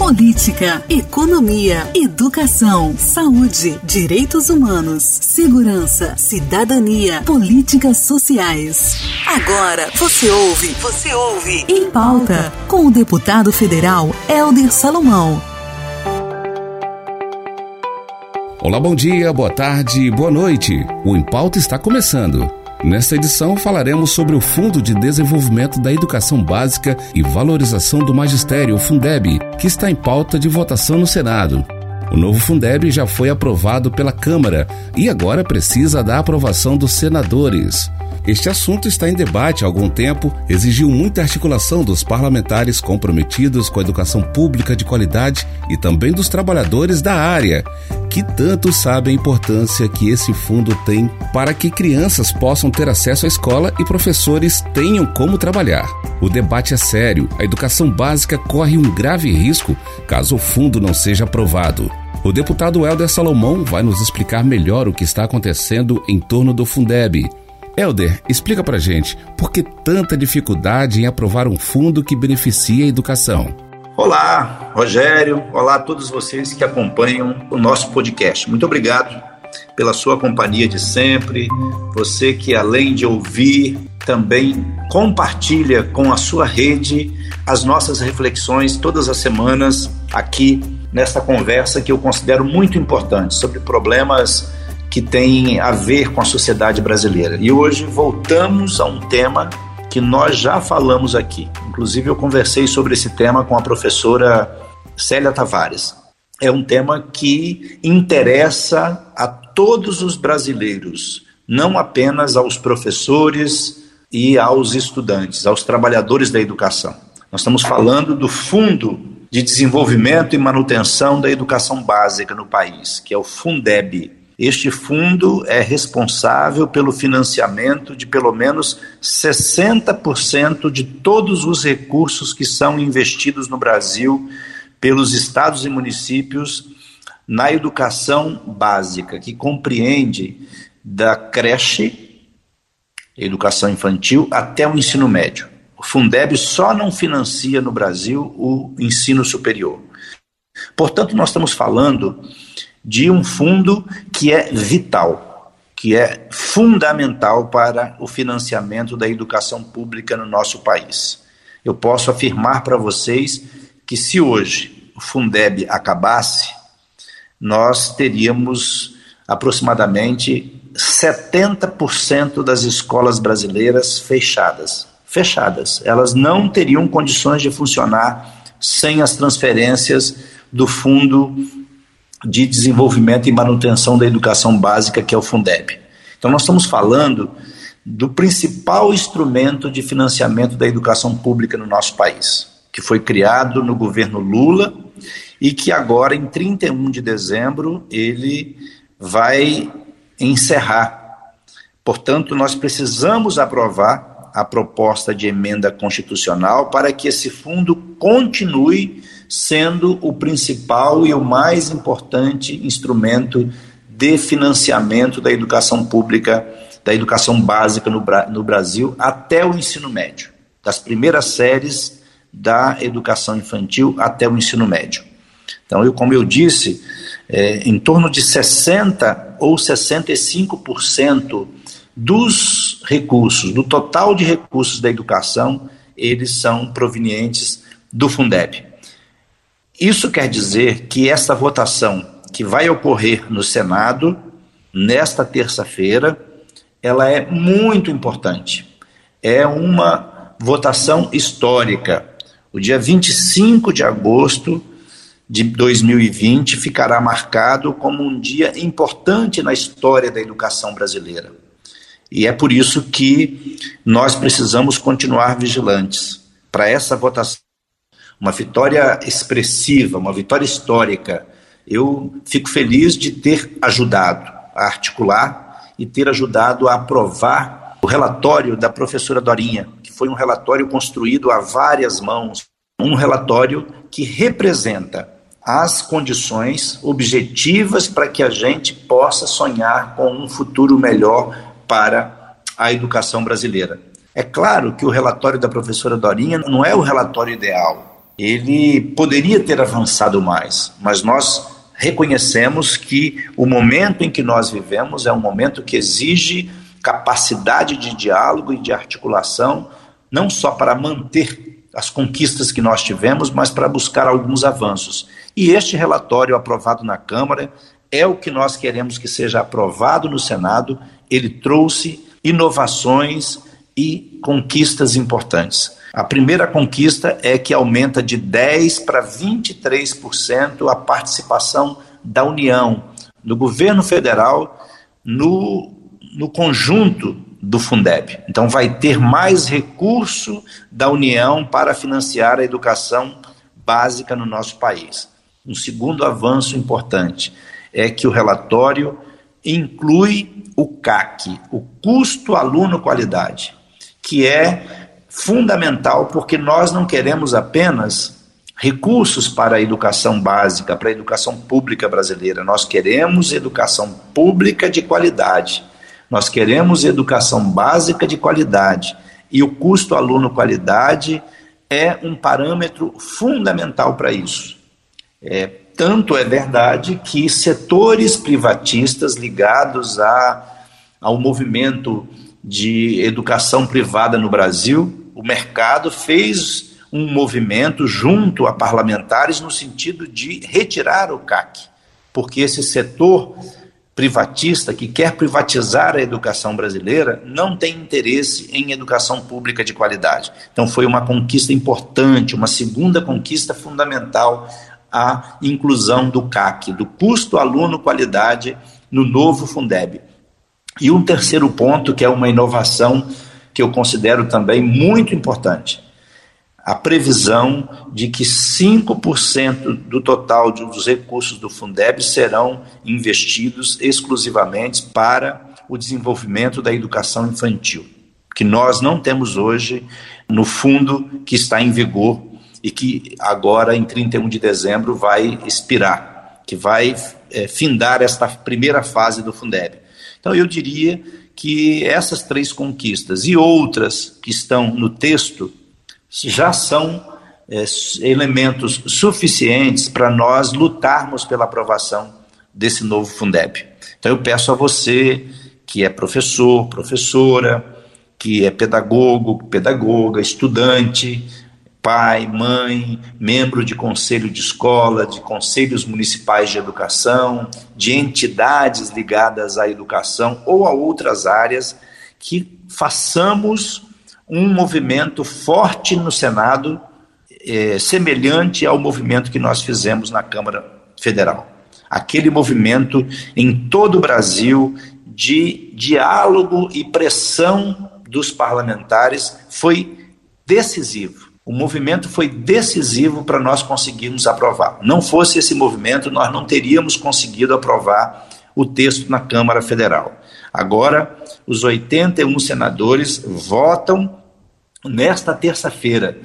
política, economia, educação, saúde, direitos humanos, segurança, cidadania, políticas sociais. Agora você ouve Em Pauta, com o deputado federal Hélder Salomão. Olá, bom dia, boa tarde, boa noite. O Em Pauta está começando. Nesta edição falaremos sobre o Fundo de Desenvolvimento da Educação Básica e Valorização do Magistério, o Fundeb, que está em pauta de votação no Senado. O novo Fundeb já foi aprovado pela Câmara e agora precisa da aprovação dos senadores. Este assunto está em debate há algum tempo, exigiu muita articulação dos parlamentares comprometidos com a educação pública de qualidade e também dos trabalhadores da área, que tanto sabem a importância que esse fundo tem para que crianças possam ter acesso à escola e professores tenham como trabalhar. O debate é sério, a educação básica corre um grave risco caso o fundo não seja aprovado. O deputado Hélder Salomão vai nos explicar melhor o que está acontecendo em torno do Fundeb. Hélder, explica pra gente, por que tanta dificuldade em aprovar um fundo que beneficia a educação? Olá, Rogério. Olá a todos vocês que acompanham o nosso podcast. Muito obrigado pela sua companhia de sempre. Você que, além de ouvir, também compartilha com a sua rede as nossas reflexões todas as semanas aqui nesta conversa que eu considero muito importante sobre problemas que têm a ver com a sociedade brasileira. E hoje voltamos a um tema que nós já falamos aqui. Inclusive eu conversei sobre esse tema com a professora Célia Tavares. É um tema que interessa a todos os brasileiros, não apenas aos professores e aos estudantes, aos trabalhadores da educação. Nós estamos falando do Fundo de Desenvolvimento e Manutenção da Educação Básica no país, que é o Fundeb. Este fundo é responsável pelo financiamento de pelo menos 60% de todos os recursos que são investidos no Brasil pelos estados e municípios na educação básica, que compreende da creche, educação infantil, até o ensino médio. O Fundeb só não financia no Brasil o ensino superior. Portanto, nós estamos falando de um fundo que é vital, que é fundamental para o financiamento da educação pública no nosso país. Eu posso afirmar para vocês que se hoje o Fundeb acabasse, nós teríamos aproximadamente 70% das escolas brasileiras fechadas. Elas não teriam condições de funcionar sem as transferências do Fundo de Desenvolvimento e Manutenção da Educação Básica, que é o Fundeb. Então nós estamos falando do principal instrumento de financiamento da educação pública no nosso país, que foi criado no governo Lula e que agora, em 31 de dezembro, ele vai encerrar. Portanto, nós precisamos aprovar a proposta de emenda constitucional para que esse fundo continue sendo o principal e o mais importante instrumento de financiamento da educação pública, da educação básica no Brasil, até o ensino médio, das primeiras séries da educação infantil até o ensino médio. Então, como eu disse, em torno de 60% ou 65% dos recursos, do total de recursos da educação, eles são provenientes do Fundeb. Isso quer dizer que essa votação que vai ocorrer no Senado, nesta terça-feira, ela é muito importante. É uma votação histórica. O dia 25 de agosto de 2020 ficará marcado como um dia importante na história da educação brasileira. E é por isso que nós precisamos continuar vigilantes para essa votação. Uma vitória expressiva, uma vitória histórica. Eu fico feliz de ter ajudado a articular e ter ajudado a aprovar o relatório da professora Dorinha, que foi um relatório construído a várias mãos, um relatório que representa as condições objetivas para que a gente possa sonhar com um futuro melhor para a educação brasileira. É claro que o relatório da professora Dorinha não é o relatório ideal. ele poderia ter avançado mais, mas nós reconhecemos que o momento em que nós vivemos é um momento que exige capacidade de diálogo e de articulação, não só para manter as conquistas que nós tivemos, mas para buscar alguns avanços. E este relatório aprovado na Câmara é o que nós queremos que seja aprovado no Senado. Ele trouxe inovações e conquistas importantes. A primeira conquista é que aumenta de 10% para 23% a participação da União, do governo federal, no conjunto do Fundeb. Então vai ter mais recurso da União para financiar a educação básica no nosso país. Um segundo avanço importante é que o relatório inclui o CAC, o custo aluno qualidade, que é fundamental porque nós não queremos apenas recursos para a educação básica, para a educação pública brasileira, nós queremos educação pública de qualidade. Nós queremos educação básica de qualidade e o custo aluno qualidade é um parâmetro fundamental para isso. Tanto é verdade que setores privatistas ligados ao movimento de educação privada no Brasil, o mercado fez um movimento junto a parlamentares no sentido de retirar o CAC, porque esse setor privatista que quer privatizar a educação brasileira não tem interesse em educação pública de qualidade. Então foi uma conquista importante, uma segunda conquista fundamental, a inclusão do CAC, do custo aluno qualidade no novo Fundeb. E um terceiro ponto, que é uma inovação que eu considero também muito importante, a previsão de que 5% do total dos recursos do Fundeb serão investidos exclusivamente para o desenvolvimento da educação infantil, que nós não temos hoje no fundo que está em vigor e que agora, em 31 de dezembro, vai expirar, que vai findar esta primeira fase do Fundeb. Então, eu diria que essas três conquistas e outras que estão no texto já são elementos suficientes para nós lutarmos pela aprovação desse novo Fundeb. Então eu peço a você, que é professor, professora, que é pedagogo, pedagoga, estudante, pai, mãe, membro de conselho de escola, de conselhos municipais de educação, de entidades ligadas à educação ou a outras áreas, que façamos um movimento forte no Senado, semelhante ao movimento que nós fizemos na Câmara Federal. Aquele movimento em todo o Brasil de diálogo e pressão dos parlamentares foi decisivo. O movimento foi decisivo para nós conseguirmos aprovar. Não fosse esse movimento, nós não teríamos conseguido aprovar o texto na Câmara Federal. Agora, os 81 senadores votam nesta terça-feira,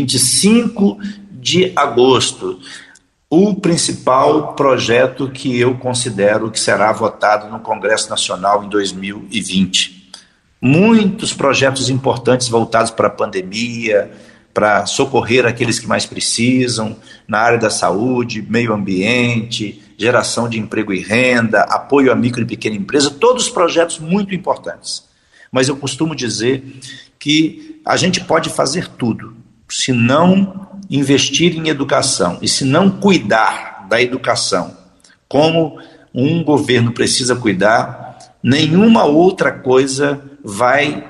25 de agosto, o principal projeto que eu considero que será votado no Congresso Nacional em 2020. Muitos projetos importantes voltados para a pandemia, para socorrer aqueles que mais precisam, na área da saúde, meio ambiente, geração de emprego e renda, apoio à micro e pequena empresa, todos projetos muito importantes. Mas eu costumo dizer que a gente pode fazer tudo, se não investir em educação e se não cuidar da educação como um governo precisa cuidar, nenhuma outra coisa vai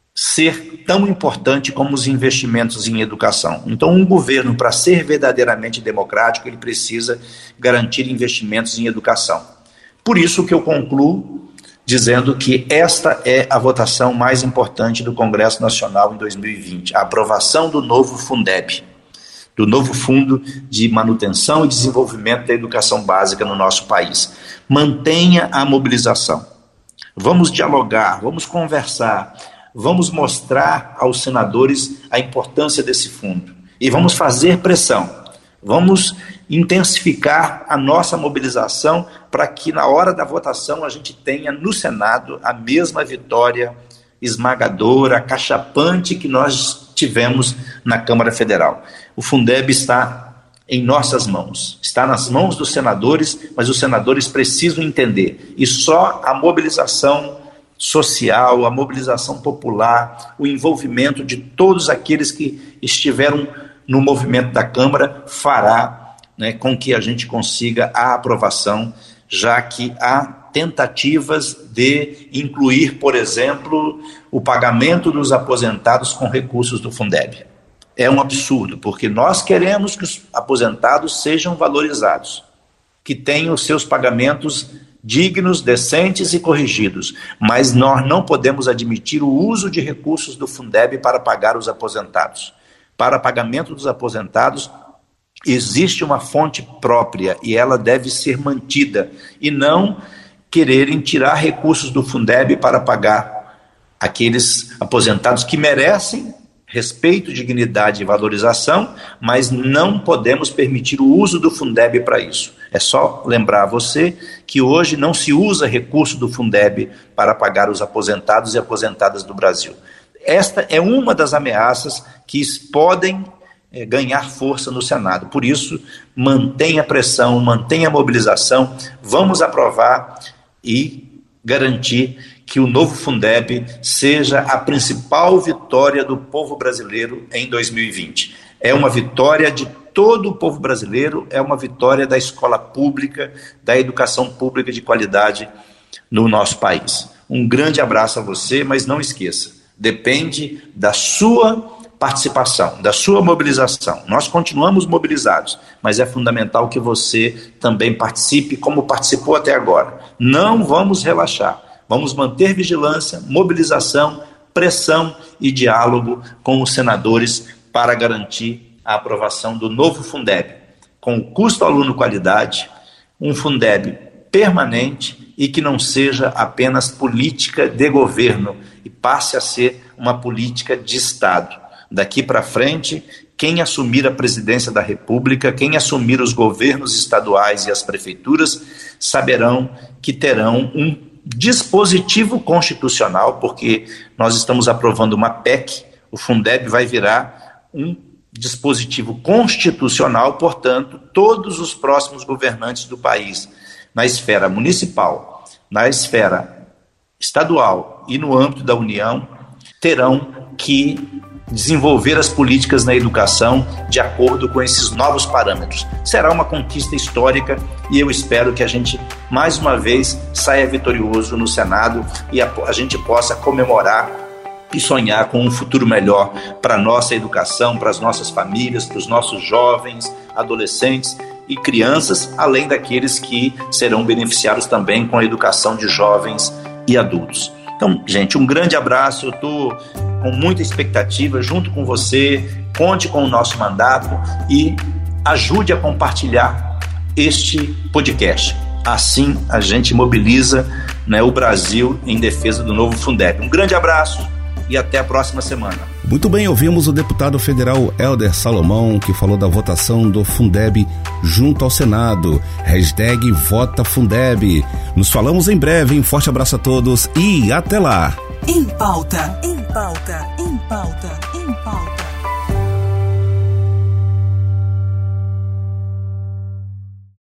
ser tão importante como os investimentos em educação. Então, um governo, para ser verdadeiramente democrático, ele precisa garantir investimentos em educação. Por isso que eu concluo dizendo que esta é a votação mais importante do Congresso Nacional em 2020, a aprovação do novo Fundeb, do novo Fundo de Manutenção e Desenvolvimento da Educação Básica no nosso país. Mantenha a mobilização. Vamos dialogar, vamos conversar, vamos mostrar aos senadores a importância desse fundo e vamos fazer pressão, vamos intensificar a nossa mobilização para que na hora da votação a gente tenha no Senado a mesma vitória esmagadora, acachapante que nós tivemos na Câmara Federal. O Fundeb está em nossas mãos, está nas mãos dos senadores, mas os senadores precisam entender, e só a mobilização social, a mobilização popular, o envolvimento de todos aqueles que estiveram no movimento da Câmara fará, né, com que a gente consiga a aprovação, já que há tentativas de incluir, por exemplo, o pagamento dos aposentados com recursos do Fundeb. É um absurdo, porque nós queremos que os aposentados sejam valorizados, que tenham os seus pagamentos dignos, decentes e corrigidos, mas nós não podemos admitir o uso de recursos do Fundeb para pagar os aposentados. Para pagamento dos aposentados, existe uma fonte própria e ela deve ser mantida, e não quererem tirar recursos do Fundeb para pagar aqueles aposentados que merecem respeito, dignidade e valorização, mas não podemos permitir o uso do Fundeb para isso. É só lembrar a você que hoje não se usa recurso do Fundeb para pagar os aposentados e aposentadas do Brasil. Esta é uma das ameaças que podem ganhar força no Senado. Por isso, mantenha a pressão, mantenha a mobilização, vamos aprovar e garantir que o novo Fundeb seja a principal vitória do povo brasileiro em 2020. É uma vitória de todo o povo brasileiro, é uma vitória da escola pública, da educação pública de qualidade no nosso país. Um grande abraço a você, mas não esqueça, depende da sua participação, da sua mobilização. Nós continuamos mobilizados, mas é fundamental que você também participe como participou até agora. Não vamos relaxar. Vamos manter vigilância, mobilização, pressão e diálogo com os senadores para garantir a aprovação do novo Fundeb, com custo aluno qualidade, um Fundeb permanente e que não seja apenas política de governo e passe a ser uma política de Estado. Daqui para frente, quem assumir a presidência da República, quem assumir os governos estaduais e as prefeituras, saberão que terão um dispositivo constitucional, porque nós estamos aprovando uma PEC, o Fundeb vai virar um dispositivo constitucional, portanto, todos os próximos governantes do país, na esfera municipal, na esfera estadual e no âmbito da União, terão que desenvolver as políticas na educação de acordo com esses novos parâmetros. Será uma conquista histórica e eu espero que a gente, mais uma vez, saia vitorioso no Senado e a gente possa comemorar e sonhar com um futuro melhor para a nossa educação, para as nossas famílias, para os nossos jovens, adolescentes e crianças, além daqueles que serão beneficiados também com a educação de jovens e adultos. Então, gente, um grande abraço, eu estou com muita expectativa junto com você, conte com o nosso mandato e ajude a compartilhar este podcast. Assim a gente mobiliza, né, o Brasil em defesa do novo Fundeb. Um grande abraço e até a próxima semana. Muito bem, ouvimos o deputado federal Helder Salomão, que falou da votação do Fundeb junto ao Senado. #VotaFundeb. Nos falamos em breve, um forte abraço a todos e até lá. Em pauta, em pauta, em pauta, em pauta.